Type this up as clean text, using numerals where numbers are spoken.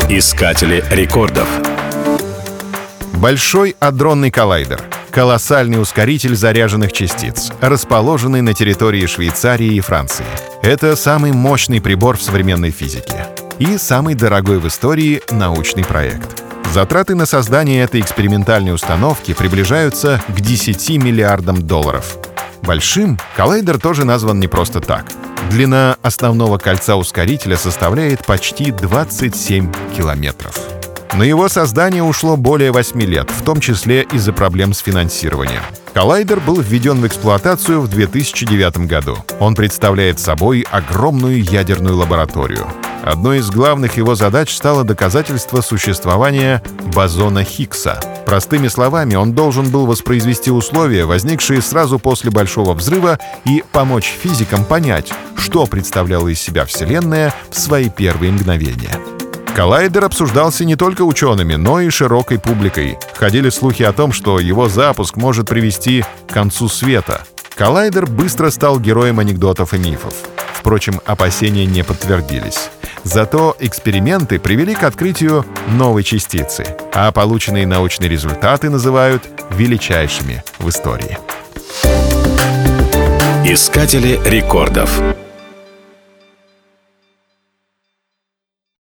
Искатели рекордов. Большой адронный коллайдер — колоссальный ускоритель заряженных частиц, расположенный на территории Швейцарии и Франции. Это самый мощный прибор в современной физике и самый дорогой в истории научный проект. Затраты на создание этой экспериментальной установки приближаются к 10 миллиардам долларов. Большим коллайдер тоже назван не просто так. Длина основного кольца ускорителя составляет почти 27 километров. На его создание ушло более 8 лет, в том числе из-за проблем с финансированием. Коллайдер был введен в эксплуатацию в 2009 году. Он представляет собой огромную ядерную лабораторию. Одной из главных его задач стало доказательство существования бозона Хиггса. Простыми словами, он должен был воспроизвести условия, возникшие сразу после Большого взрыва, и помочь физикам понять, что представляла из себя Вселенная в свои первые мгновения. Коллайдер обсуждался не только учеными, но и широкой публикой. Ходили слухи о том, что его запуск может привести к концу света. Коллайдер быстро стал героем анекдотов и мифов. Впрочем, опасения не подтвердились. Зато эксперименты привели к открытию новой частицы, а полученные научные результаты называют величайшими в истории. Искатели рекордов.